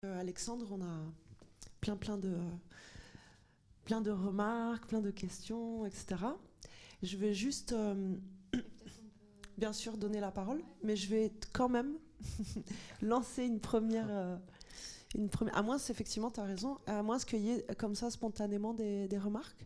Alexandre, on a plein de remarques, plein de questions, etc. Je vais juste, bien sûr, donner la parole, mais je vais quand même lancer une première. À moins, effectivement, tu as raison, à moins qu'il y ait comme ça spontanément des remarques.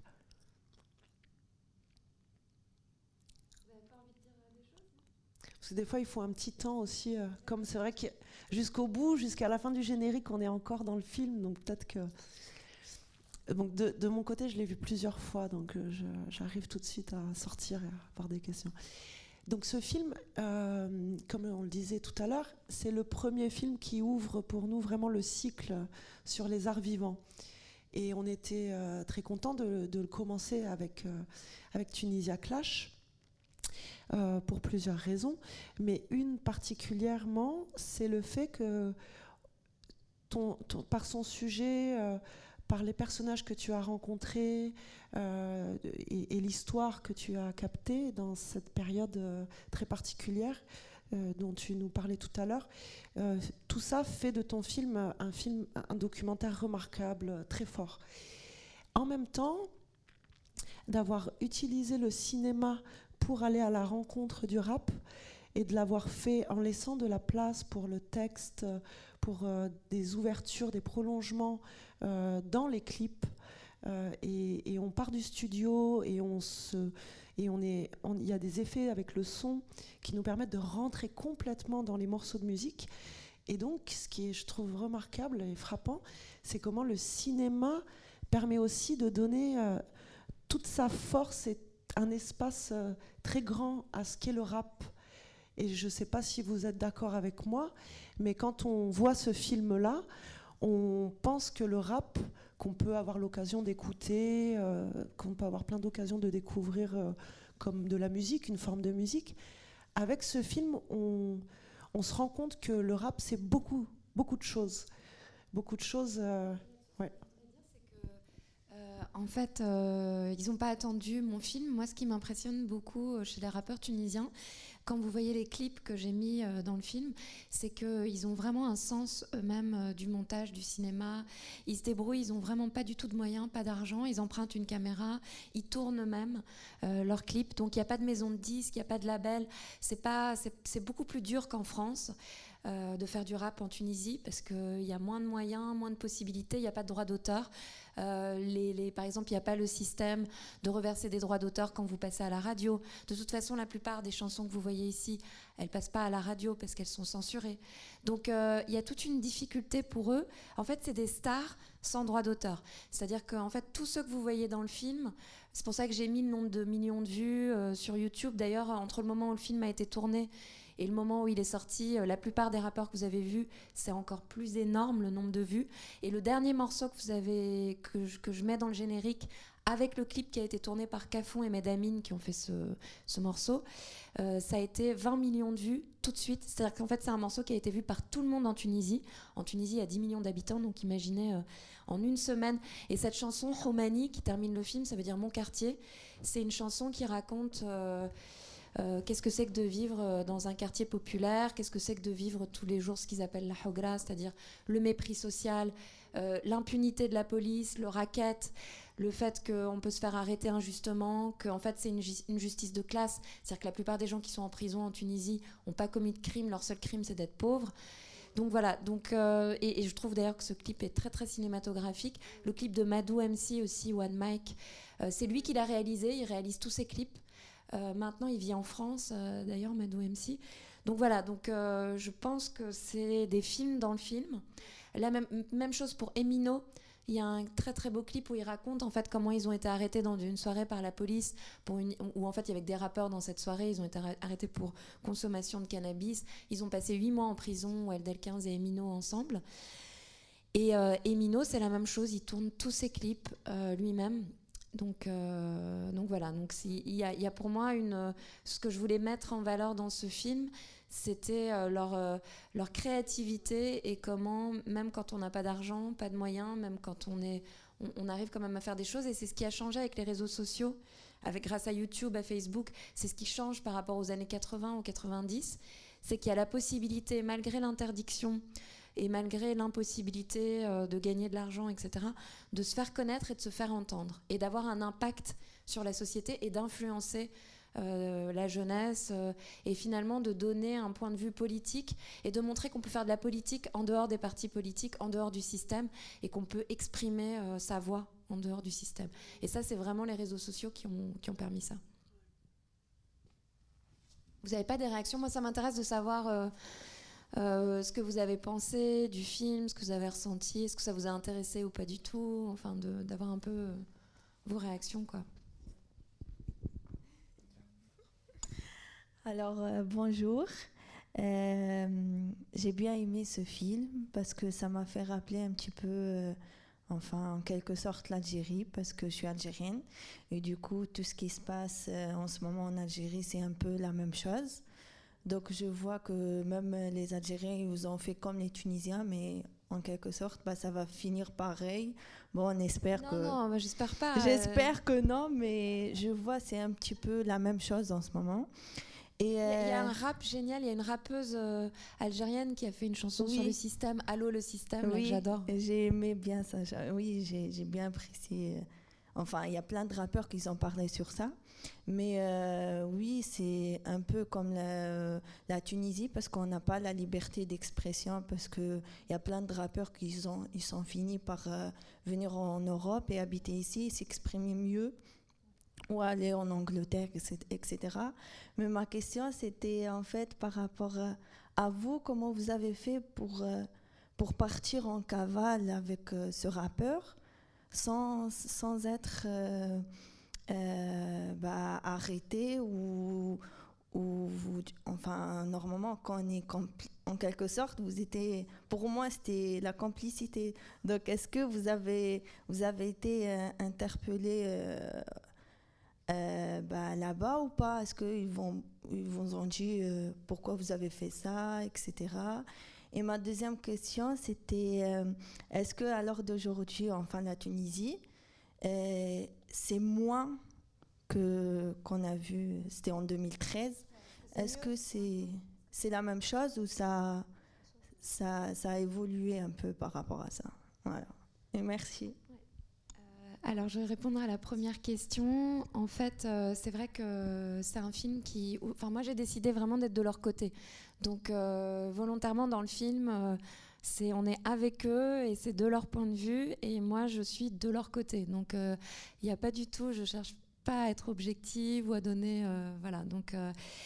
Parce que des fois, il faut un petit temps aussi. Comme c'est vrai que jusqu'au bout, jusqu'à la fin du générique, on est encore dans le film. Donc peut-être que. Donc de mon côté, je l'ai vu plusieurs fois. Donc j'arrive tout de suite à sortir et à avoir des questions. Donc ce film, comme on le disait tout à l'heure, c'est le premier film qui ouvre pour nous vraiment le cycle sur les arts vivants. Et on était très contents de le commencer avec Tunisia Clash. Pour plusieurs raisons, mais une particulièrement, c'est le fait que par son sujet, par les personnages que tu as rencontrés et l'histoire que tu as captée dans cette période très particulière dont tu nous parlais tout à l'heure, tout ça fait de ton film un documentaire remarquable, très fort. En même temps, d'avoir utilisé le cinéma pour aller à la rencontre du rap et de l'avoir fait en laissant de la place pour le texte, pour des ouvertures, des prolongements dans les clips. Et on part du studio et il y a des effets avec le son qui nous permettent de rentrer complètement dans les morceaux de musique. Et donc, ce qui est, je trouve, remarquable et frappant, c'est comment le cinéma permet aussi de donner toute sa force et un espace très grand à ce qu'est le rap. Et je ne sais pas si vous êtes d'accord avec moi, mais quand on voit ce film-là, on pense que le rap, qu'on peut avoir l'occasion d'écouter, qu'on peut avoir plein d'occasions de découvrir comme de la musique, une forme de musique, avec ce film, on se rend compte que le rap, c'est beaucoup, beaucoup de choses. Beaucoup de choses... ouais. En fait, ils n'ont pas attendu mon film. Moi, ce qui m'impressionne beaucoup chez les rappeurs tunisiens, quand vous voyez les clips que j'ai mis dans le film, c'est qu'ils ont vraiment un sens eux-mêmes du montage, du cinéma. Ils se débrouillent, ils n'ont vraiment pas du tout de moyens, pas d'argent. Ils empruntent une caméra, ils tournent eux-mêmes leurs clips. Donc il n'y a pas de maison de disques, il n'y a pas de label. C'est beaucoup plus dur qu'en France. De faire du rap en Tunisie parce qu'il y a moins de moyens, moins de possibilités, il n'y a pas de droits d'auteur. Par exemple, il n'y a pas le système de reverser des droits d'auteur quand vous passez à la radio. De toute façon, la plupart des chansons que vous voyez ici, elles ne passent pas à la radio parce qu'elles sont censurées. Donc, il y a toute une difficulté pour eux. En fait, c'est des stars sans droit d'auteur. C'est-à-dire qu'en fait, tous ceux que vous voyez dans le film, c'est pour ça que j'ai mis le nombre de millions de vues sur YouTube. D'ailleurs, entre le moment où le film a été tourné et le moment où il est sorti, la plupart des rappeurs que vous avez vus, c'est encore plus énorme le nombre de vues. Et le dernier morceau que je mets dans le générique, avec le clip qui a été tourné par Cafon et Medamine qui ont fait ce morceau, ça a été 20 millions de vues tout de suite. C'est-à-dire qu'en fait, c'est un morceau qui a été vu par tout le monde en Tunisie. En Tunisie, il y a 10 millions d'habitants, donc imaginez en une semaine. Et cette chanson, Romani, qui termine le film, ça veut dire Mon quartier. C'est une chanson qui raconte... qu'est-ce que c'est que de vivre dans un quartier populaire, qu'est-ce que c'est que de vivre tous les jours ce qu'ils appellent la hogra, c'est-à-dire le mépris social, l'impunité de la police, le racket, le fait qu'on peut se faire arrêter injustement, qu'en fait c'est une justice de classe, c'est-à-dire que la plupart des gens qui sont en prison en Tunisie n'ont pas commis de crime, leur seul crime c'est d'être pauvres. Donc voilà, et je trouve d'ailleurs que ce clip est très très cinématographique. Le clip de Madou MC aussi, One Mic, c'est lui qui l'a réalisé, il réalise tous ses clips. Maintenant, il vit en France, d'ailleurs, Madou MC. Donc voilà, je pense que c'est des films dans le film. La même chose pour Emino. Il y a un très très beau clip où il raconte en fait comment ils ont été arrêtés dans une soirée par la police, où en fait il y avait des rappeurs dans cette soirée. Ils ont été arrêtés pour consommation de cannabis. Ils ont passé 8 mois en prison, Weld 15 et Emino ensemble. Et Emino, c'est la même chose. Il tourne tous ses clips lui-même. Donc voilà, il y a pour moi ce que je voulais mettre en valeur dans ce film, c'était leur créativité et comment, même quand on n'a pas d'argent, pas de moyens, même quand on arrive quand même à faire des choses. Et c'est ce qui a changé avec les réseaux sociaux, grâce à YouTube, à Facebook. C'est ce qui change par rapport aux années 80 ou 90, c'est qu'il y a la possibilité, malgré l'interdiction et malgré l'impossibilité de gagner de l'argent, etc., de se faire connaître et de se faire entendre, et d'avoir un impact sur la société et d'influencer la jeunesse, et finalement de donner un point de vue politique et de montrer qu'on peut faire de la politique en dehors des partis politiques, en dehors du système, et qu'on peut exprimer sa voix en dehors du système. Et ça, c'est vraiment les réseaux sociaux qui ont permis ça. Vous n'avez pas des réactions? Moi, ça m'intéresse de savoir ce que vous avez pensé du film, ce que vous avez ressenti, est-ce que ça vous a intéressé ou pas du tout, enfin d'avoir un peu vos réactions, quoi. Alors, bonjour. J'ai bien aimé ce film parce que ça m'a fait rappeler un petit peu, en quelque sorte, l'Algérie, parce que je suis algérienne. Et du coup, tout ce qui se passe en ce moment en Algérie, c'est un peu la même chose. Donc, je vois que même les Algériens, ils ont fait comme les Tunisiens, mais en quelque sorte, ça va finir pareil. Bon, on espère que... Non, j'espère pas. J'espère que non, mais je vois c'est un petit peu la même chose en ce moment. Et il y a un rap génial, il y a une rappeuse algérienne qui a fait une chanson sur le système, Allô le système, oui, que j'adore. J'ai aimé bien ça, oui, j'ai bien apprécié. Enfin, il y a plein de rappeurs qui ont parlé sur ça, mais oui, c'est un peu comme la Tunisie, parce qu'on n'a pas la liberté d'expression, parce qu'il y a plein de rappeurs qui sont finis par venir en Europe et habiter ici, s'exprimer mieux, ou aller en Angleterre, etc. Mais ma question, c'était en fait par rapport à vous, comment vous avez fait pour partir en cavale avec ce rappeur sans être arrêté ou enfin, normalement, quand on est en quelque sorte, pour moi, c'était la complicité. Donc, est-ce que vous avez été interpellé là-bas ou pas? Est-ce qu'ils vous ont dit pourquoi vous avez fait ça, etc. Et ma deuxième question, c'était est-ce qu'à l'heure d'aujourd'hui, enfin la Tunisie, c'est moins qu'on a vu, c'était en 2013. Est-ce que c'est la même chose ou ça a évolué un peu par rapport à ça? Voilà. Et merci. Alors, je vais répondre à la première question. En fait, c'est vrai que c'est un film qui... Enfin, moi, j'ai décidé vraiment d'être de leur côté. Donc, volontairement, dans le film, on est avec eux et c'est de leur point de vue. Et moi, je suis de leur côté. Donc, il n'y a pas du tout... Je cherche pas à être objective ou à donner... voilà. Donc,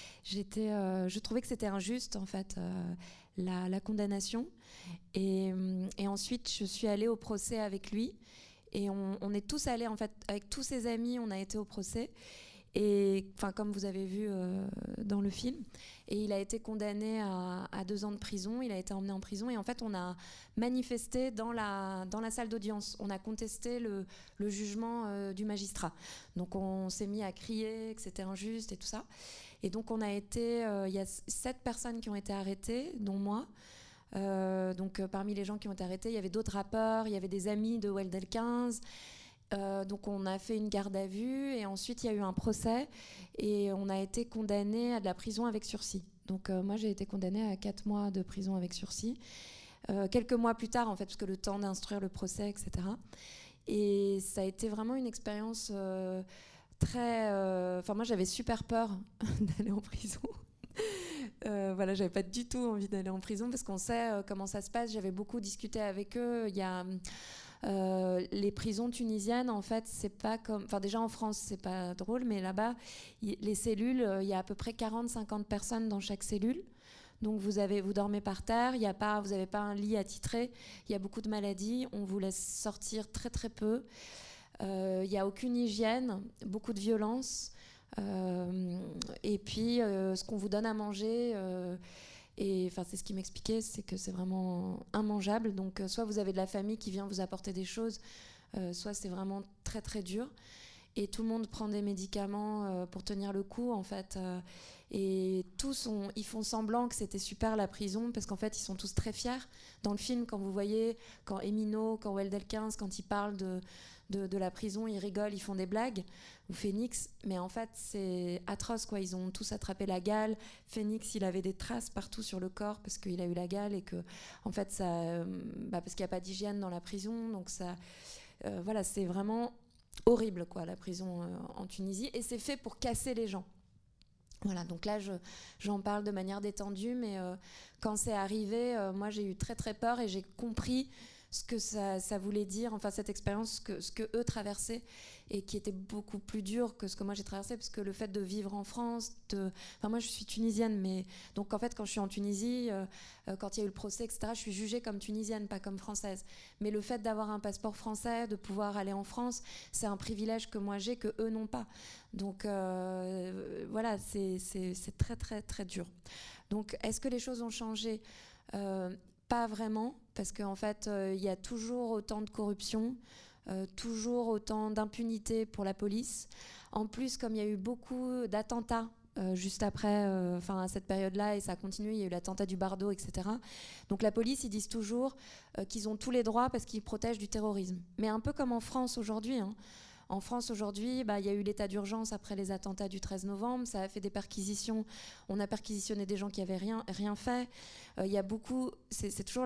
je trouvais que c'était injuste, en fait, la condamnation. Et ensuite, je suis allée au procès avec lui. Et on est tous allés, en fait, avec tous ses amis, on a été au procès. Et comme vous avez vu dans le film. Et il a été condamné à 2 ans de prison. Il a été emmené en prison. Et en fait, on a manifesté dans la salle d'audience. On a contesté le jugement du magistrat. Donc, on s'est mis à crier que c'était injuste et tout ça. Et donc, on a été... il y a 7 personnes qui ont été arrêtées, dont moi. Parmi les gens qui ont été arrêtés, il y avait d'autres rappeurs, il y avait des amis de Weldel 15. Donc on a fait une garde à vue et ensuite il y a eu un procès et on a été condamné à de la prison avec sursis. Donc moi j'ai été condamnée à 4 mois de prison avec sursis. Quelques mois plus tard en fait, parce que le temps d'instruire le procès, etc. Et ça a été vraiment une expérience très... moi j'avais super peur d'aller en prison. J'avais pas du tout envie d'aller en prison parce qu'on sait comment ça se passe. J'avais beaucoup discuté avec eux. Il y a les prisons tunisiennes, en fait, c'est pas comme... Enfin, déjà en France, c'est pas drôle, mais là-bas, les cellules, il y a à peu près 40-50 personnes dans chaque cellule. Donc vous dormez par terre, vous n'avez pas un lit attitré, il y a beaucoup de maladies, on vous laisse sortir très très peu. Il n'y a aucune hygiène, beaucoup de violence. Et puis ce qu'on vous donne à manger c'est ce qu'il m'expliquait, c'est que c'est vraiment immangeable. Donc soit vous avez de la famille qui vient vous apporter des choses, soit c'est vraiment très très dur. et tout le monde prend des médicaments pour tenir le coup en fait. Et ils font semblant que c'était super la prison parce qu'en fait ils sont tous très fiers. Dans le film, quand vous voyez, quand Emino, quand Weldelkins, quand ils parlent de la prison, ils rigolent, ils font des blagues, ou Phoenix, mais en fait c'est atroce quoi. Ils ont tous attrapé la gale. Phoenix, il avait des traces partout sur le corps parce qu'il a eu la gale et que en fait ça, parce qu'il n'y a pas d'hygiène dans la prison, donc ça, voilà, c'est vraiment horrible quoi la prison en Tunisie, et c'est fait pour casser les gens. Voilà, donc là j'en parle de manière détendue, mais quand c'est arrivé, moi j'ai eu très très peur et j'ai compris ce que ça voulait dire, enfin cette expérience, ce que eux traversaient, et qui était beaucoup plus dur que ce que moi j'ai traversé, parce que le fait de vivre en France, enfin moi je suis tunisienne, mais donc en fait quand je suis en Tunisie, quand il y a eu le procès, etc., je suis jugée comme tunisienne, pas comme française. Mais le fait d'avoir un passeport français, de pouvoir aller en France, c'est un privilège que moi j'ai, que eux n'ont pas. Donc voilà, c'est très très très dur. Donc est-ce que les choses ont changé ? Pas vraiment, parce qu'en fait, il y a toujours autant de corruption, toujours autant d'impunité pour la police. En plus, comme il y a eu beaucoup d'attentats juste après, à cette période-là, et ça a continué, il y a eu l'attentat du Bardo, etc. Donc la police, ils disent toujours qu'ils ont tous les droits parce qu'ils protègent du terrorisme. Mais un peu comme en France aujourd'hui, hein. En France aujourd'hui, il y a eu l'état d'urgence après les attentats du 13 novembre, ça a fait des perquisitions, on a perquisitionné des gens qui n'avaient rien fait. Il y a beaucoup, c'est toujours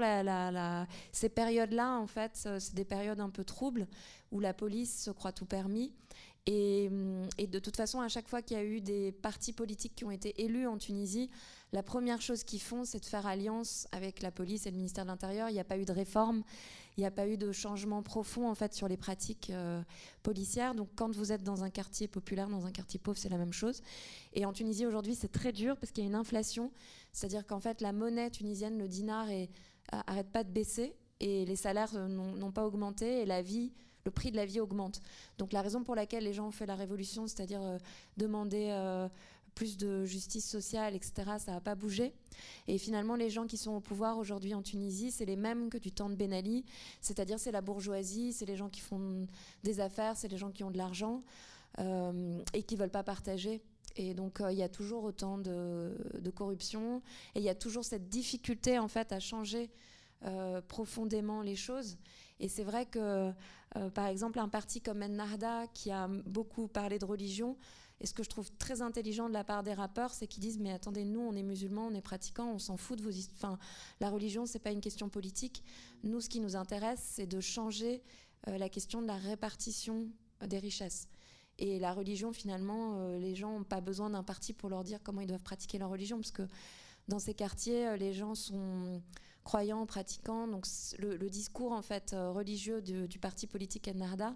ces périodes-là, en fait, c'est des périodes un peu troubles où la police se croit tout permis. Et de toute façon, à chaque fois qu'il y a eu des partis politiques qui ont été élus en Tunisie, la première chose qu'ils font, c'est de faire alliance avec la police et le ministère de l'Intérieur. Il n'y a pas eu de réforme, il n'y a pas eu de changement profond en fait sur les pratiques policières. Donc quand vous êtes dans un quartier populaire, dans un quartier pauvre, c'est la même chose. Et en Tunisie aujourd'hui, c'est très dur parce qu'il y a une inflation. C'est-à-dire qu'en fait, la monnaie tunisienne, le dinar, arrête pas de baisser et les salaires n'ont pas augmenté et le prix de la vie augmente. Donc la raison pour laquelle les gens ont fait la révolution, c'est-à-dire demander plus de justice sociale, etc., ça n'a pas bougé. Et finalement, les gens qui sont au pouvoir aujourd'hui en Tunisie, c'est les mêmes que du temps de Ben Ali, c'est-à-dire c'est la bourgeoisie, c'est les gens qui font des affaires, c'est les gens qui ont de l'argent et qui ne veulent pas partager. Et donc il y a toujours autant de corruption et il y a toujours cette difficulté en fait à changer profondément les choses. Et c'est vrai que par exemple un parti comme Ennahda qui a beaucoup parlé de religion, et ce que je trouve très intelligent de la part des rappeurs, c'est qu'ils disent mais attendez, nous on est musulmans, on est pratiquants, on s'en fout de vos histoires. Enfin, la religion c'est pas une question politique. Nous ce qui nous intéresse c'est de changer la question de la répartition des richesses. Et la religion, finalement, les gens n'ont pas besoin d'un parti pour leur dire comment ils doivent pratiquer leur religion, parce que dans ces quartiers, les gens sont croyants, pratiquants. Donc le discours en fait religieux du parti politique Ennahda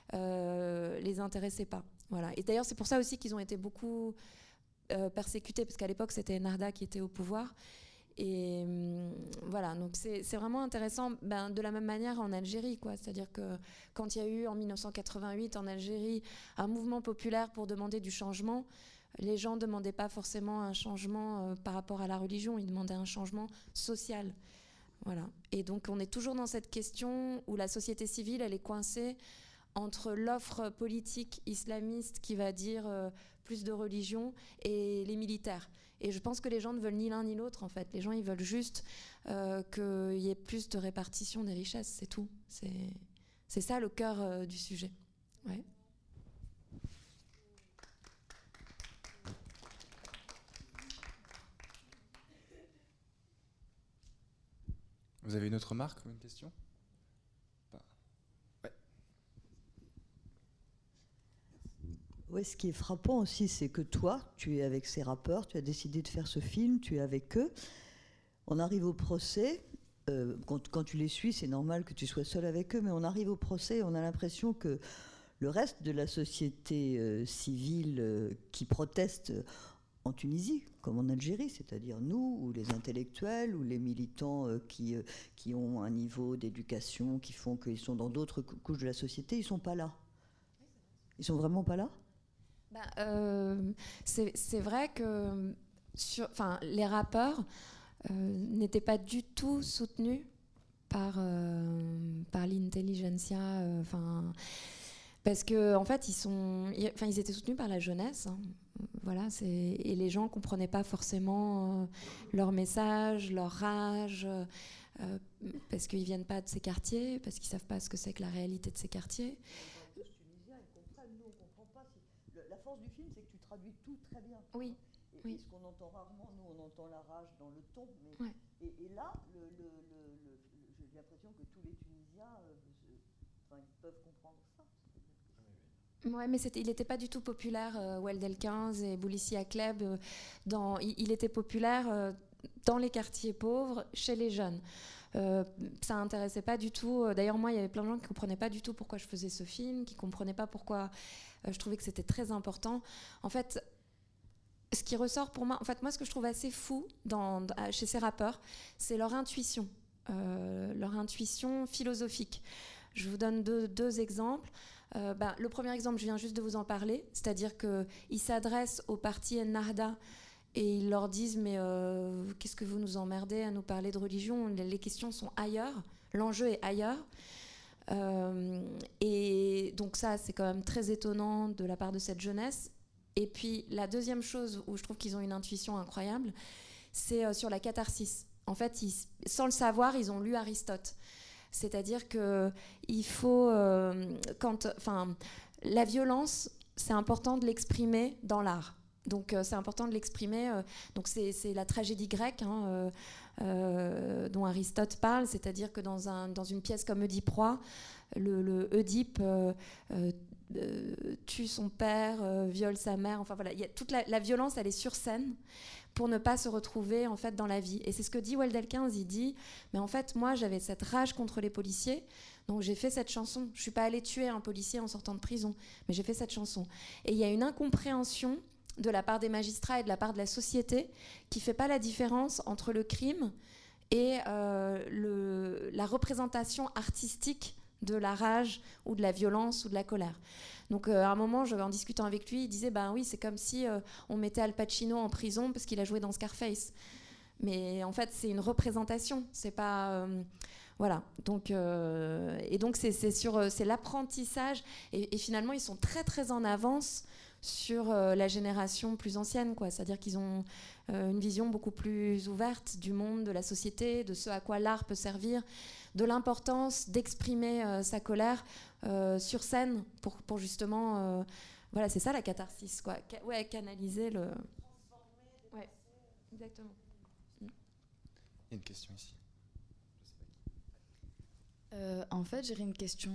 les intéressait pas. Voilà. Et d'ailleurs, c'est pour ça aussi qu'ils ont été beaucoup persécutés, parce qu'à l'époque, c'était Ennahda qui était au pouvoir. Et voilà, donc c'est vraiment intéressant, de la même manière en Algérie, quoi. C'est-à-dire que quand il y a eu en 1988 en Algérie un mouvement populaire pour demander du changement, les gens ne demandaient pas forcément un changement par rapport à la religion, ils demandaient un changement social. Voilà. Et donc on est toujours dans cette question où la société civile, elle est coincée entre l'offre politique islamiste qui va dire plus de religion et les militaires. Et je pense que les gens ne veulent ni l'un ni l'autre, en fait. Les gens, ils veulent juste qu'il y ait plus de répartition des richesses, c'est tout. C'est ça le cœur du sujet. Ouais. Vous avez une autre remarque ou une question ? Ouais. Oui, ce qui est frappant aussi, c'est que toi, tu es avec ces rappeurs, tu as décidé de faire ce film, tu es avec eux. On arrive au procès, quand tu les suis, c'est normal que tu sois seul avec eux, mais on arrive au procès et on a l'impression que le reste de la société civile qui proteste en Tunisie, comme en Algérie, c'est-à-dire nous, ou les intellectuels, ou les militants qui ont un niveau d'éducation, qui font qu'ils sont dans d'autres couches de la société, ils ne sont pas là. Ils sont vraiment pas là ? C'est vrai que les rappeurs n'étaient pas du tout soutenus par l'intelligentsia. Parce que en fait, ils étaient soutenus par la jeunesse. Hein. Voilà, et les gens comprenaient pas forcément leur message, leur rage, parce qu'ils viennent pas de ces quartiers, parce qu'ils savent pas ce que c'est que la réalité de ces quartiers. Les Tunisiens, ils comprennent, nous on comprend pas. La force du film, c'est que tu traduis tout très bien. Oui. Et ce qu'on entend rarement, nous on entend la rage dans le ton, mais Ouais. et là, j'ai l'impression que tous les Tunisiens, ils peuvent comprendre ça. Ouais, mais il n'était pas du tout populaire, Weld El-15 et Boulissi Akleb. Il était populaire dans les quartiers pauvres, chez les jeunes. Ça n'intéressait pas du tout. D'ailleurs, moi, il y avait plein de gens qui ne comprenaient pas du tout pourquoi je faisais ce film, qui ne comprenaient pas pourquoi je trouvais que c'était très important. En fait, ce qui ressort pour moi, moi, ce que je trouve assez fou chez ces rappeurs, c'est leur intuition philosophique. Je vous donne deux exemples. Le premier exemple, je viens juste de vous en parler, c'est-à-dire qu'ils s'adressent au parti Ennahda et ils leur disent mais qu'est-ce que vous nous emmerdez à nous parler de religion, les questions sont ailleurs, l'enjeu est ailleurs. Et donc ça, c'est quand même très étonnant de la part de cette jeunesse. Et puis la deuxième chose où je trouve qu'ils ont une intuition incroyable, c'est sur la catharsis. En fait, sans le savoir, ils ont lu Aristote. C'est-à-dire qu'il faut, la violence, c'est important de l'exprimer dans l'art. Donc c'est important de l'exprimer. Donc c'est la tragédie grecque dont Aristote parle, c'est-à-dire que dans une pièce comme Oedipe Roi, le Oedipe tue son père, viole sa mère. Enfin voilà, toute la violence, elle est sur scène pour ne pas se retrouver en fait dans la vie. Et c'est ce que dit Weld El-15, il dit mais en fait moi j'avais cette rage contre les policiers, donc j'ai fait cette chanson. Je suis pas allée tuer un policier en sortant de prison, mais j'ai fait cette chanson. Et il y a une incompréhension de la part des magistrats et de la part de la société qui fait pas la différence entre le crime et la représentation artistique de la rage ou de la violence ou de la colère. Donc à un moment, en discutant avec lui, il disait ben oui, c'est comme si on mettait Al Pacino en prison parce qu'il a joué dans Scarface. Mais en fait, c'est une représentation, c'est pas voilà. Donc c'est l'apprentissage et finalement ils sont très très en avance sur la génération plus ancienne, quoi. C'est-à-dire qu'ils ont une vision beaucoup plus ouverte du monde, de la société, de ce à quoi l'art peut servir, de l'importance d'exprimer sa colère sur scène pour justement voilà, c'est ça la catharsis, quoi. Canaliser le ouais, exactement. Il y a une question ici. En fait, j'aurais une question.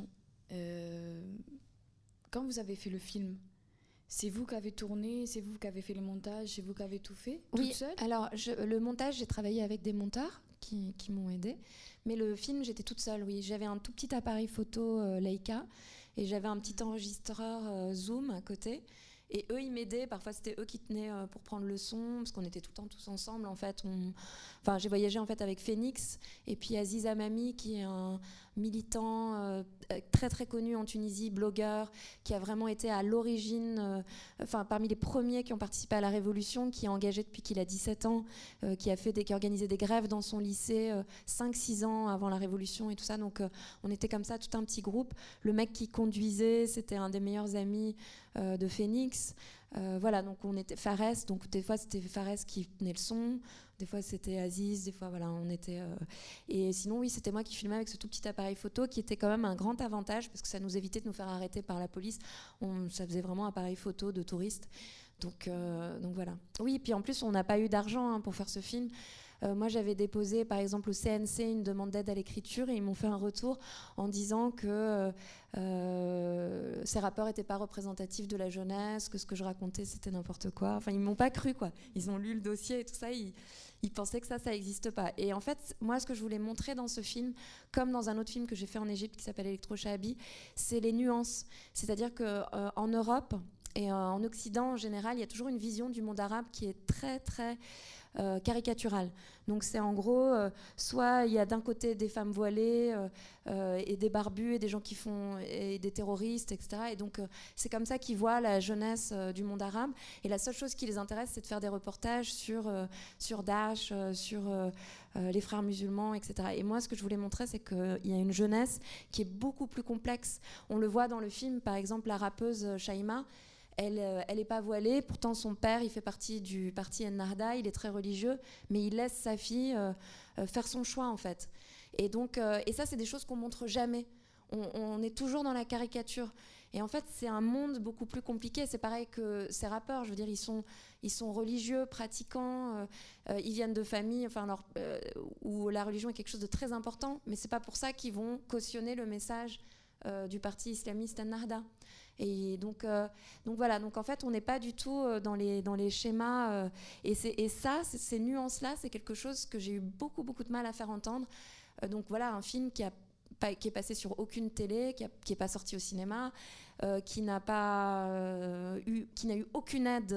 Quand vous avez fait le film, c'est vous qui avez tourné, c'est vous qui avez fait le montage, c'est vous qui avez tout fait, toute seule ? Alors le montage, j'ai travaillé avec des monteurs qui m'ont aidée, mais le film, j'étais toute seule, oui. J'avais un tout petit appareil photo Leica et j'avais un petit enregistreur Zoom à côté. Et eux, ils m'aidaient. Parfois, c'était eux qui tenaient pour prendre le son, parce qu'on était tout le temps tous ensemble. En fait, j'ai voyagé en fait avec Phoenix et puis Aziz Amami, qui est un militant très très connu en Tunisie, blogueur, qui a vraiment été à l'origine, parmi les premiers qui ont participé à la révolution, qui est engagé depuis qu'il a 17 ans, qui a organisé des grèves dans son lycée 5-6 ans avant la révolution et tout ça. Donc, on était comme ça, tout un petit groupe. Le mec qui conduisait, c'était un des meilleurs amis de Phoenix. Voilà, donc on était Fares, donc des fois c'était Fares qui tenait le son, des fois c'était Aziz, des fois voilà, on était et sinon oui, c'était moi qui filmais avec ce tout petit appareil photo qui était quand même un grand avantage parce que ça nous évitait de nous faire arrêter par la police. Ça faisait vraiment un appareil photo de touriste. Donc voilà. Oui, et puis en plus on n'a pas eu d'argent pour faire ce film. Moi, j'avais déposé, par exemple, au CNC une demande d'aide à l'écriture et ils m'ont fait un retour en disant que ces rappeurs n'étaient pas représentatifs de la jeunesse, que ce que je racontais, c'était n'importe quoi. Enfin, ils ne m'ont pas cru, quoi. Ils ont lu le dossier et tout ça, ils pensaient que ça n'existe pas. Et en fait, moi, ce que je voulais montrer dans ce film, comme dans un autre film que j'ai fait en Égypte qui s'appelle Electrochahabi, c'est les nuances. C'est-à-dire qu'en Europe et en Occident, en général, il y a toujours une vision du monde arabe qui est très, très caricatural. Donc c'est en gros, soit il y a d'un côté des femmes voilées et des barbus et des gens qui font et des terroristes, etc. Et donc c'est comme ça qu'ils voient la jeunesse du monde arabe. Et la seule chose qui les intéresse, c'est de faire des reportages sur Daesh, sur les frères musulmans, etc. Et moi, ce que je voulais montrer, c'est qu'il y a une jeunesse qui est beaucoup plus complexe. On le voit dans le film, par exemple, la rappeuse Shaima. Elle n'est pas voilée, pourtant son père, il fait partie du parti Ennahda, il est très religieux, mais il laisse sa fille faire son choix en fait. Et donc, et ça, c'est des choses qu'on montre jamais. On est toujours dans la caricature. Et en fait, c'est un monde beaucoup plus compliqué. C'est pareil que ces rappeurs, je veux dire, ils sont religieux, pratiquants, ils viennent de familles où la religion est quelque chose de très important, mais c'est pas pour ça qu'ils vont cautionner le message du parti islamiste Ennahda. Et donc voilà, donc en fait on n'est pas du tout dans les schémas et ces nuances-là, c'est quelque chose que j'ai eu beaucoup de mal à faire entendre. Donc voilà, un film qui est passé sur aucune télé, qui est pas sorti au cinéma, qui n'a eu aucune aide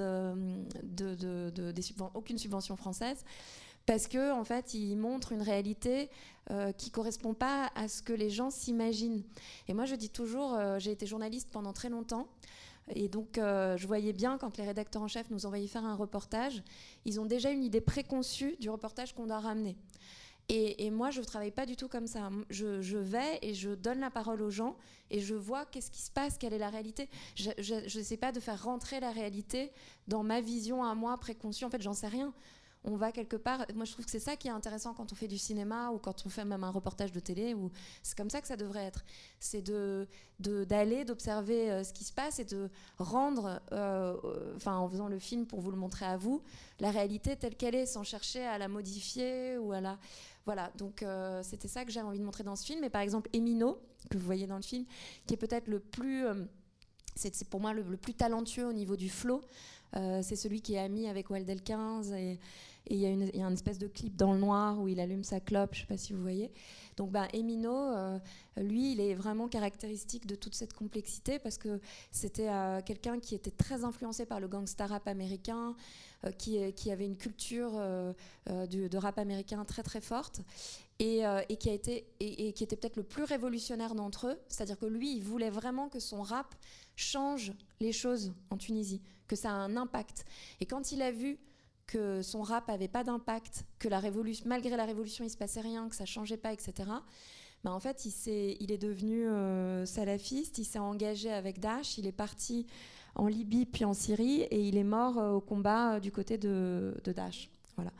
aucune subvention française. Parce que en fait, il montre une réalité qui correspond pas à ce que les gens s'imaginent. Et moi, je dis toujours, j'ai été journaliste pendant très longtemps, et donc je voyais bien quand les rédacteurs en chef nous envoyaient faire un reportage, ils ont déjà une idée préconçue du reportage qu'on doit ramener. Et moi, je ne travaille pas du tout comme ça. Je vais et je donne la parole aux gens et je vois qu'est-ce qui se passe, quelle est la réalité. Je n'essaie pas de faire rentrer la réalité dans ma vision à moi préconçue. En fait, j'en sais rien. On va quelque part. Moi, je trouve que c'est ça qui est intéressant quand on fait du cinéma ou quand on fait même un reportage de télé. C'est comme ça que ça devrait être. C'est d'aller, d'observer ce qui se passe et de rendre, en faisant le film pour vous le montrer à vous, la réalité telle qu'elle est, sans chercher à la modifier ou à la... Voilà, donc c'était ça que j'avais envie de montrer dans ce film. Et par exemple, Emino, que vous voyez dans le film, qui est peut-être le plus... c'est pour moi le plus talentueux au niveau du flow. C'est celui qui est ami avec Waldel 15 et il y a une espèce de clip dans le noir où il allume sa clope, je ne sais pas si vous voyez. Donc Emino, lui, il est vraiment caractéristique de toute cette complexité parce que c'était quelqu'un qui était très influencé par le gangsta rap américain, qui avait une culture de rap américain très très forte. Et qui était peut-être le plus révolutionnaire d'entre eux, c'est-à-dire que lui, il voulait vraiment que son rap change les choses en Tunisie, que ça a un impact. Et quand il a vu que son rap n'avait pas d'impact, que malgré la révolution, il ne se passait rien, que ça ne changeait pas, etc., en fait, il est devenu salafiste, il s'est engagé avec Daesh, il est parti en Libye puis en Syrie, et il est mort au combat du côté de Daesh. Voilà.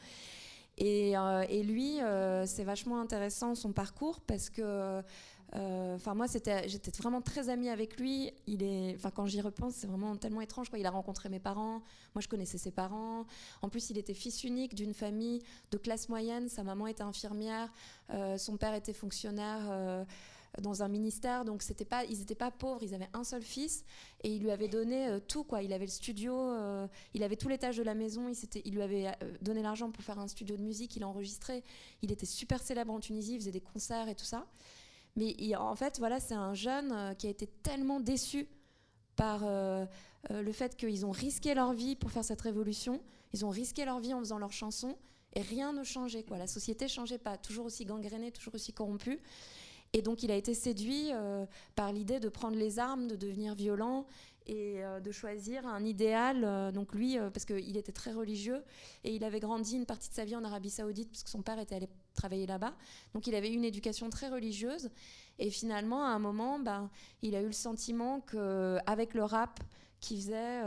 Et lui, c'est vachement intéressant son parcours parce que moi, j'étais vraiment très amie avec lui. Quand j'y repense, c'est vraiment tellement étrange, quoi. Il a rencontré mes parents. Moi, je connaissais ses parents. En plus, il était fils unique d'une famille de classe moyenne. Sa maman était infirmière. Son père était fonctionnaire dans un ministère. Donc, ils n'étaient pas pauvres. Ils avaient un seul fils. Et il lui avait donné tout, quoi. Il avait le studio. Il avait tout l'étage de la maison. Il lui avait donné l'argent pour faire un studio de musique. Il enregistrait. Il était super célèbre en Tunisie. Il faisait des concerts et tout ça. Mais en fait, voilà, c'est un jeune qui a été tellement déçu par le fait qu'ils ont risqué leur vie pour faire cette révolution. Ils ont risqué leur vie en faisant leurs chansons et rien ne changeait, quoi. La société ne changeait pas, toujours aussi gangrénée, toujours aussi corrompue. Et donc, il a été séduit par l'idée de prendre les armes, de devenir violent et de choisir un idéal. Donc lui, parce qu'il était très religieux et il avait grandi une partie de sa vie en Arabie Saoudite parce que son père était allé travailler là-bas. Donc il avait eu une éducation très religieuse et finalement, à un moment, il a eu le sentiment qu'avec le rap qu'il faisait,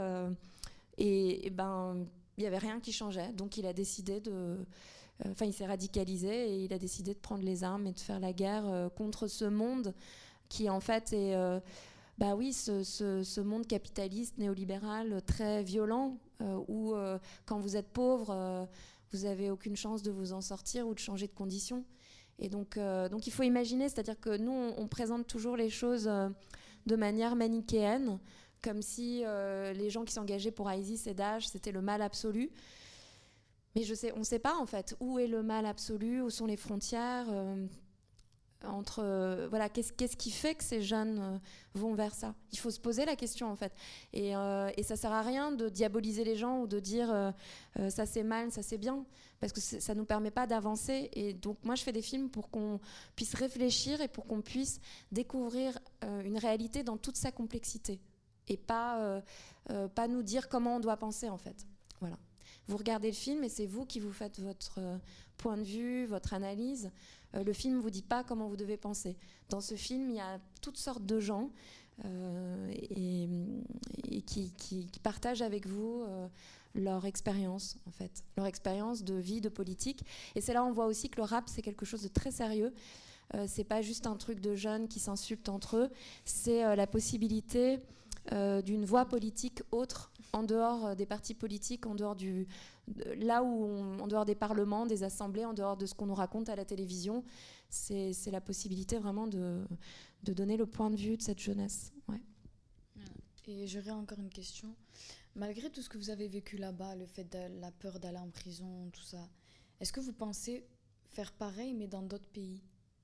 il n'y avait rien qui changeait. Donc il a décidé il s'est radicalisé et il a décidé de prendre les armes et de faire la guerre contre ce monde qui en fait est... ce monde capitaliste, néolibéral, très violent, où quand vous êtes pauvre, vous n'avez aucune chance de vous en sortir ou de changer de conditions. Et donc il faut imaginer, c'est-à-dire que nous, on présente toujours les choses de manière manichéenne, comme si les gens qui s'engageaient pour ISIS et Daesh, c'était le mal absolu. Mais on ne sait pas, en fait, où est le mal absolu, où sont les frontières. voilà, qu'est-ce qui fait que ces jeunes vont vers ça? Il faut se poser la question en fait. Et ça sert à rien de diaboliser les gens ou de dire ça c'est mal, ça c'est bien, parce que ça nous permet pas d'avancer. Et donc moi je fais des films pour qu'on puisse réfléchir et pour qu'on puisse découvrir une réalité dans toute sa complexité et pas nous dire comment on doit penser en fait. Voilà. Vous regardez le film et c'est vous qui vous faites votre point de vue, votre analyse. Le film ne vous dit pas comment vous devez penser. Dans ce film, il y a toutes sortes de gens et qui partagent avec vous leur expérience, en fait. Leur expérience de vie, de politique. Et c'est là où on voit aussi que le rap, c'est quelque chose de très sérieux. C'est pas juste un truc de jeunes qui s'insultent entre eux. C'est la possibilité d'une voix politique autre, en dehors des partis politiques, en dehors en dehors des parlements, des assemblées, en dehors de ce qu'on nous raconte à la télévision. C'est la possibilité vraiment de donner le point de vue de cette jeunesse. Ouais. Et j'aurais encore une question. Malgré tout ce que vous avez vécu là-bas, le fait de la peur d'aller en prison, tout ça, est-ce que vous pensez faire pareil, mais dans d'autres pays?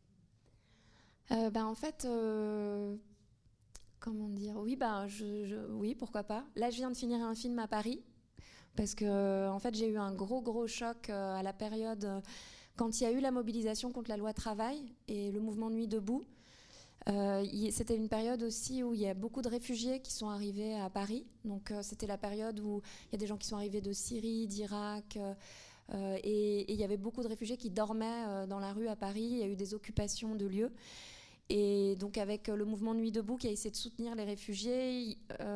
En fait... Comment dire? Oui, oui, pourquoi pas. Là, je viens de finir un film à Paris parce que, en fait, j'ai eu un gros choc à la période quand il y a eu la mobilisation contre la loi travail et le mouvement Nuit debout. C'était une période aussi où il y a beaucoup de réfugiés qui sont arrivés à Paris. Donc, c'était la période où il y a des gens qui sont arrivés de Syrie, d'Irak. Et il y avait beaucoup de réfugiés qui dormaient dans la rue à Paris. Il y a eu des occupations de lieux. Et donc avec le mouvement Nuit debout qui a essayé de soutenir les réfugiés,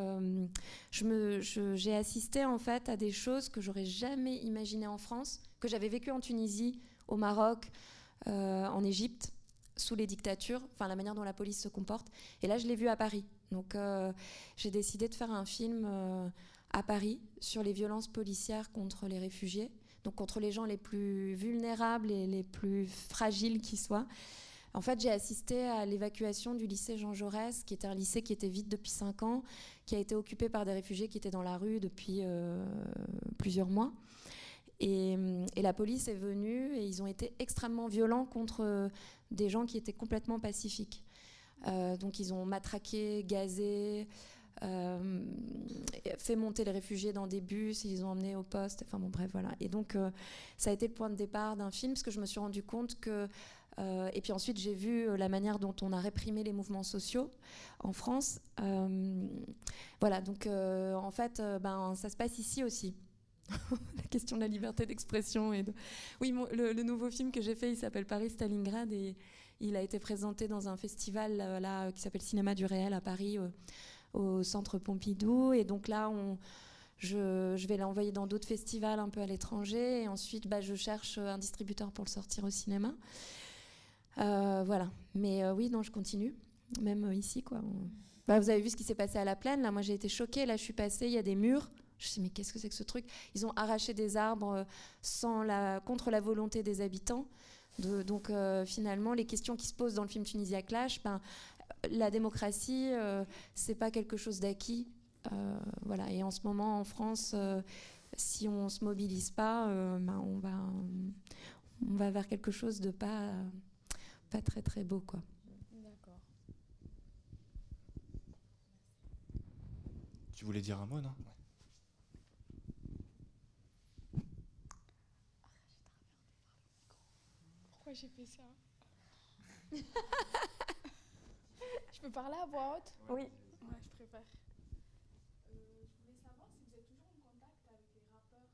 j'ai assisté en fait à des choses que j'aurais jamais imaginées en France, que j'avais vécues en Tunisie, au Maroc, en Égypte, sous les dictatures, enfin la manière dont la police se comporte. Et là, je l'ai vu à Paris. Donc j'ai décidé de faire un film à Paris sur les violences policières contre les réfugiés, donc contre les gens les plus vulnérables et les plus fragiles qui soient. En fait, j'ai assisté à l'évacuation du lycée Jean Jaurès, qui était un lycée qui était vide depuis 5 ans, qui a été occupé par des réfugiés qui étaient dans la rue depuis plusieurs mois. Et la police est venue et ils ont été extrêmement violents contre des gens qui étaient complètement pacifiques. Donc ils ont matraqué, gazé, fait monter les réfugiés dans des bus, ils les ont emmenés au poste. Enfin bon, bref, voilà. Et donc ça a été le point de départ d'un film, parce que je me suis rendu compte que et puis ensuite, j'ai vu la manière dont on a réprimé les mouvements sociaux en France. Voilà, donc en fait, ça se passe ici aussi. La question de la liberté d'expression. Oui, le nouveau film que j'ai fait, il s'appelle Paris-Stalingrad et il a été présenté dans un festival là, qui s'appelle Cinéma du Réel à Paris, au Centre Pompidou. Et donc là, je vais l'envoyer dans d'autres festivals un peu à l'étranger. Et ensuite, je cherche un distributeur pour le sortir au cinéma. Voilà, mais oui, non, je continue, même ici, quoi. Vous avez vu ce qui s'est passé à La Plaine, là, moi j'ai été choquée, là je suis passée, il y a des murs, je me suis dit mais qu'est-ce que c'est que ce truc? Ils ont arraché des arbres contre la volonté des habitants, donc finalement les questions qui se posent dans le film Tunisia Clash, la démocratie, c'est pas quelque chose d'acquis, voilà, et en ce moment en France, si on se mobilise pas, on va vers quelque chose de pas très très beau, quoi. D'accord. Tu voulais dire un mot, non? Pourquoi j'ai fait ça? Je peux parler à voix haute? Oui. Ouais, je préfère. Je voulais savoir si vous êtes toujours en contact avec les rappeurs.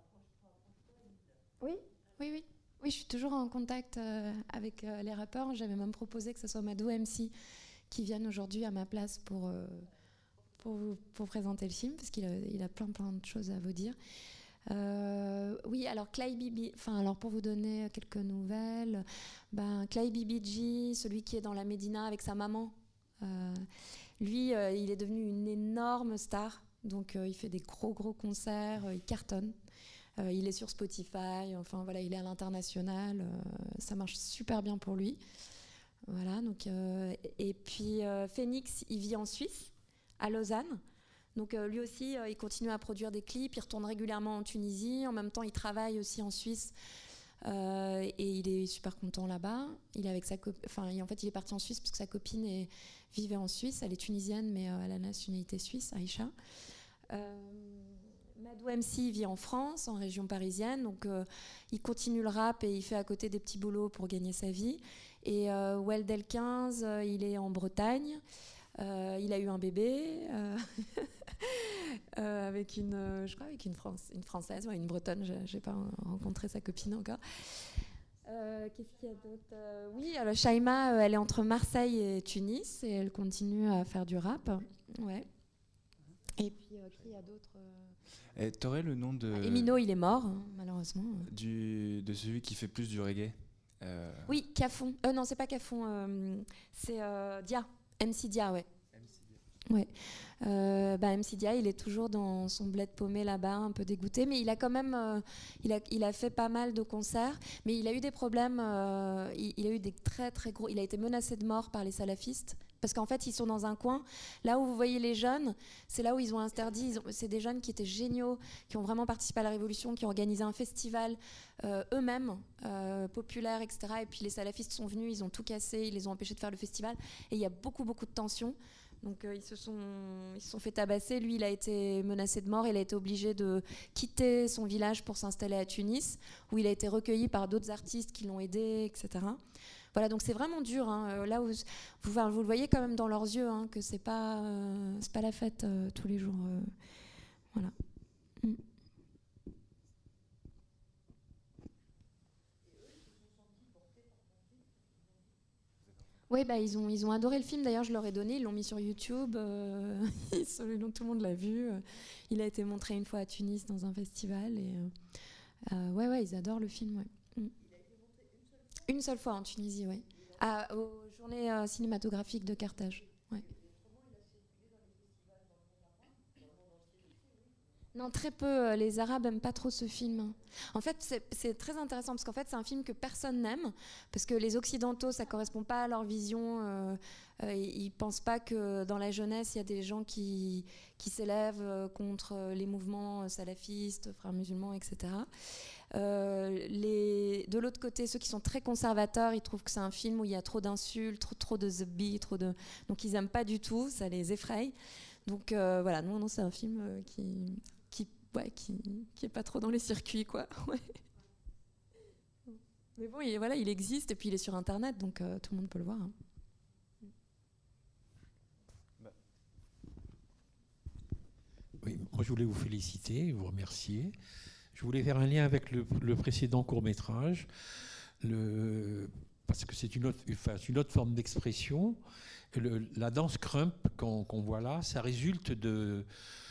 Oui. Oui, je suis toujours en contact avec les rappeurs. J'avais même proposé que ce soit Madou MC qui vienne aujourd'hui à ma place pour présenter le film, parce qu'il a plein de choses à vous dire. Oui, alors Clay Bibi, alors pour vous donner quelques nouvelles, Clay BBG, celui qui est dans la Médina avec sa maman, lui, il est devenu une énorme star. Donc il fait des gros concerts, il cartonne. Il est sur Spotify, enfin voilà, il est à l'international, ça marche super bien pour lui. Voilà, donc, et puis Phoenix, il vit en Suisse, à Lausanne. Donc lui aussi, il continue à produire des clips, il retourne régulièrement en Tunisie. En même temps, il travaille aussi en Suisse Et il est super content là-bas. Il est avec sa en fait, il est parti en Suisse parce que sa copine vivait en Suisse. Elle est tunisienne, mais elle a la nationalité suisse, Aïcha. Madou MC vit en France, en région parisienne, donc il continue le rap et il fait à côté des petits boulots pour gagner sa vie. Et Weldel 15, il est en Bretagne. Il a eu un bébé avec je crois avec une Française, une Bretonne. J'ai pas rencontré sa copine encore. Qu'est-ce qu'il y a d'autre Oui, alors Shaima, elle est entre Marseille et Tunis et elle continue à faire du rap. Ouais. Et puis qui y a d'autres T'aurais le nom de... Emino, il est mort, malheureusement. De celui qui fait plus du reggae. Oui, Cafon. Non, c'est pas Cafon. C'est Dia. MC Dia, ouais. Ouais. MC Dia, il est toujours dans son bled paumé là-bas, un peu dégoûté, mais il a quand même, il a fait pas mal de concerts, mais il a eu des problèmes. Il a eu des très très gros. Il a été menacé de mort par les salafistes. Parce qu'en fait, ils sont dans un coin. Là où vous voyez les jeunes, c'est là où ils ont interdit. C'est des jeunes qui étaient géniaux, qui ont vraiment participé à la Révolution, qui ont organisé un festival eux-mêmes, populaire, etc. Et puis les salafistes sont venus, ils ont tout cassé, ils les ont empêchés de faire le festival. Et il y a beaucoup, beaucoup de tensions. Donc ils se sont fait tabasser. Lui, il a été menacé de mort. Il a été obligé de quitter son village pour s'installer à Tunis, où il a été recueilli par d'autres artistes qui l'ont aidé, etc. Voilà, donc c'est vraiment dur. Là où vous le voyez quand même dans leurs yeux, que c'est pas la fête tous les jours. Voilà. Oui, ils ont adoré le film. D'ailleurs, je leur ai donné, ils l'ont mis sur YouTube. Tout le monde l'a vu. Il a été montré une fois à Tunis dans un festival. Et ouais, ils adorent le film. Ouais. Une seule fois en Tunisie, oui. Aux journées cinématographiques de Carthage. Ouais. Non, très peu. Les Arabes n'aiment pas trop ce film. En fait, c'est très intéressant parce qu'en fait, c'est un film que personne n'aime parce que les Occidentaux, ça ne correspond pas à leur vision. Ils ne pensent pas que dans la jeunesse, il y a des gens qui s'élèvent contre les mouvements salafistes, frères musulmans, etc. De l'autre côté, ceux qui sont très conservateurs, ils trouvent que c'est un film où il y a trop d'insultes, trop de zebbi, donc ils n'aiment pas du tout, ça les effraie. Donc voilà, non, c'est un film qui est pas trop dans les circuits, quoi. Ouais. Mais bon, il existe et puis il est sur Internet, donc tout le monde peut le voir. Oui, moi je voulais vous féliciter, vous remercier. Je voulais faire un lien avec le précédent court-métrage, parce que c'est une autre forme d'expression. La danse crump qu'on voit là, ça résulte de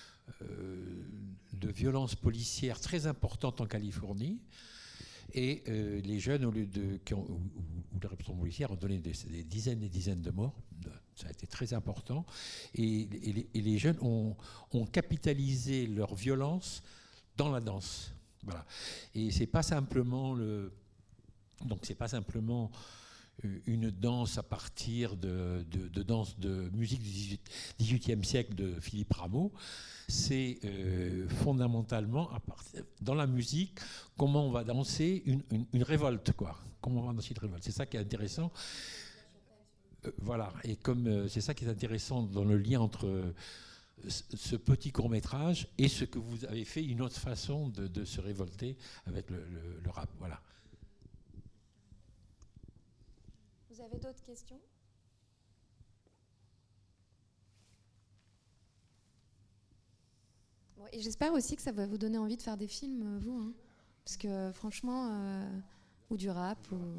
violences policières très importantes en Californie. Et les jeunes, où la répression policière ont donné des dizaines et des dizaines de morts, ça a été très important. Et les jeunes ont capitalisé leur violence dans la danse. Voilà. Et c'est pas simplement une danse à partir de danse de musique du XVIIIe siècle de Philippe Rameau. C'est fondamentalement dans la musique comment on va danser une révolte, quoi. Comment on va danser une révolte. C'est ça qui est intéressant. Voilà. Et comme c'est ça qui est intéressant dans le lien entre ce petit court-métrage et ce que vous avez fait, une autre façon de se révolter avec le rap. Voilà. Vous avez d'autres questions ? Bon, et j'espère aussi que ça va vous donner envie de faire des films, vous. Hein, parce que franchement, ou du rap,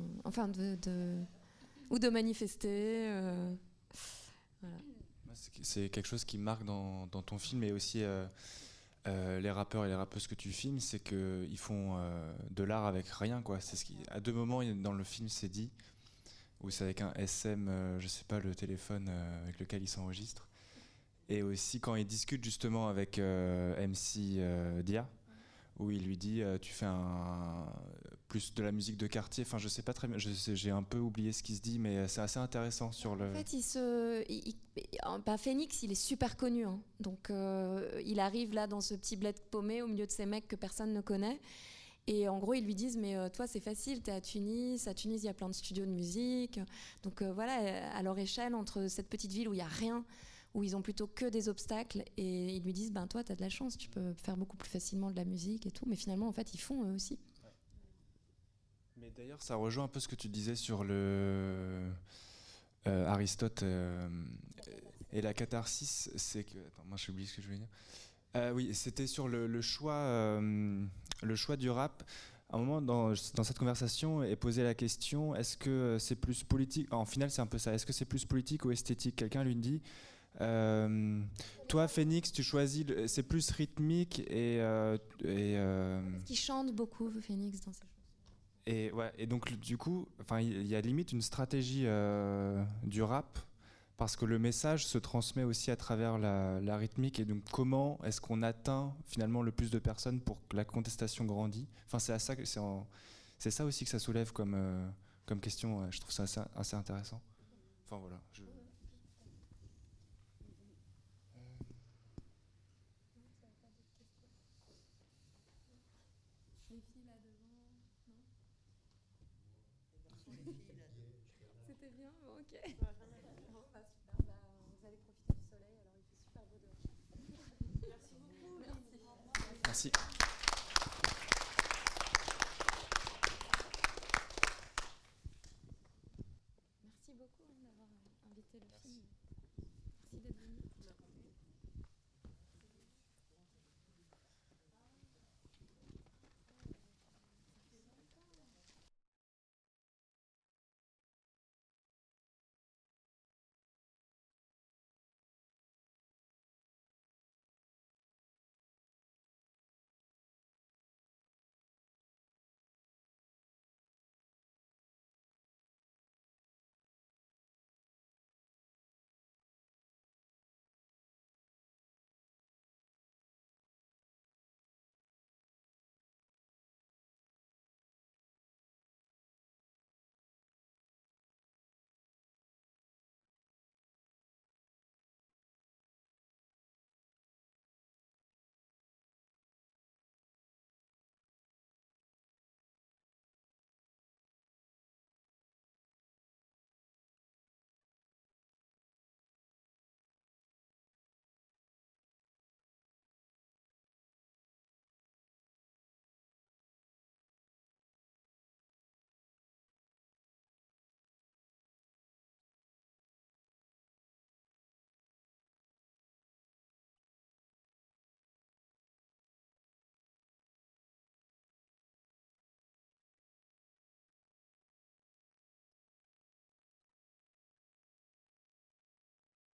ou de manifester. Voilà. C'est quelque chose qui marque dans ton film et aussi les rappeurs et les rappeuses que tu filmes, c'est qu'ils font de l'art avec rien, quoi. C'est à deux moments dans le film c'est dit, où c'est avec un SM, je sais pas, le téléphone avec lequel ils s'enregistrent, et aussi quand ils discutent justement avec MC Dia, où il lui dit tu fais plus de la musique de quartier, enfin je sais pas très bien, j'ai un peu oublié ce qui se dit, mais c'est assez intéressant sur le... En fait, Phoenix, il est super connu, hein. Donc il arrive là dans ce petit bled paumé au milieu de ces mecs que personne ne connaît, Et en gros, ils lui disent, mais toi, c'est facile, t'es à Tunis, il y a plein de studios de musique. Donc voilà, à leur échelle, entre cette petite ville où il n'y a rien, où ils ont plutôt que des obstacles, et ils lui disent, ben toi, t'as de la chance, tu peux faire beaucoup plus facilement de la musique et tout. Mais finalement, en fait, ils font eux aussi. Mais d'ailleurs, ça rejoint un peu ce que tu disais sur le Aristote et la catharsis. C'est que, attends, moi, j'ai oublié ce que je voulais dire. Oui, c'était sur le choix du rap. À un moment dans cette conversation est posée la question, est-ce que c'est plus politique? En final, c'est un peu ça. Est-ce que c'est plus politique ou esthétique? Quelqu'un lui dit, toi, Phoenix, tu choisis, c'est plus rythmique et Parce qu'il chante beaucoup, Phoenix, dans ses chansons. Et donc du coup, il y a limite une stratégie du rap, parce que le message se transmet aussi à travers la rythmique. Et donc comment est-ce qu'on atteint finalement le plus de personnes pour que la contestation grandisse? Enfin, c'est ça aussi que ça soulève comme question. Je trouve ça assez intéressant. Enfin voilà. C'était bien, bon, ok. Bon, bah, super, vous allez profiter du soleil, alors il fait super beau dehors. Merci beaucoup. Merci. Merci.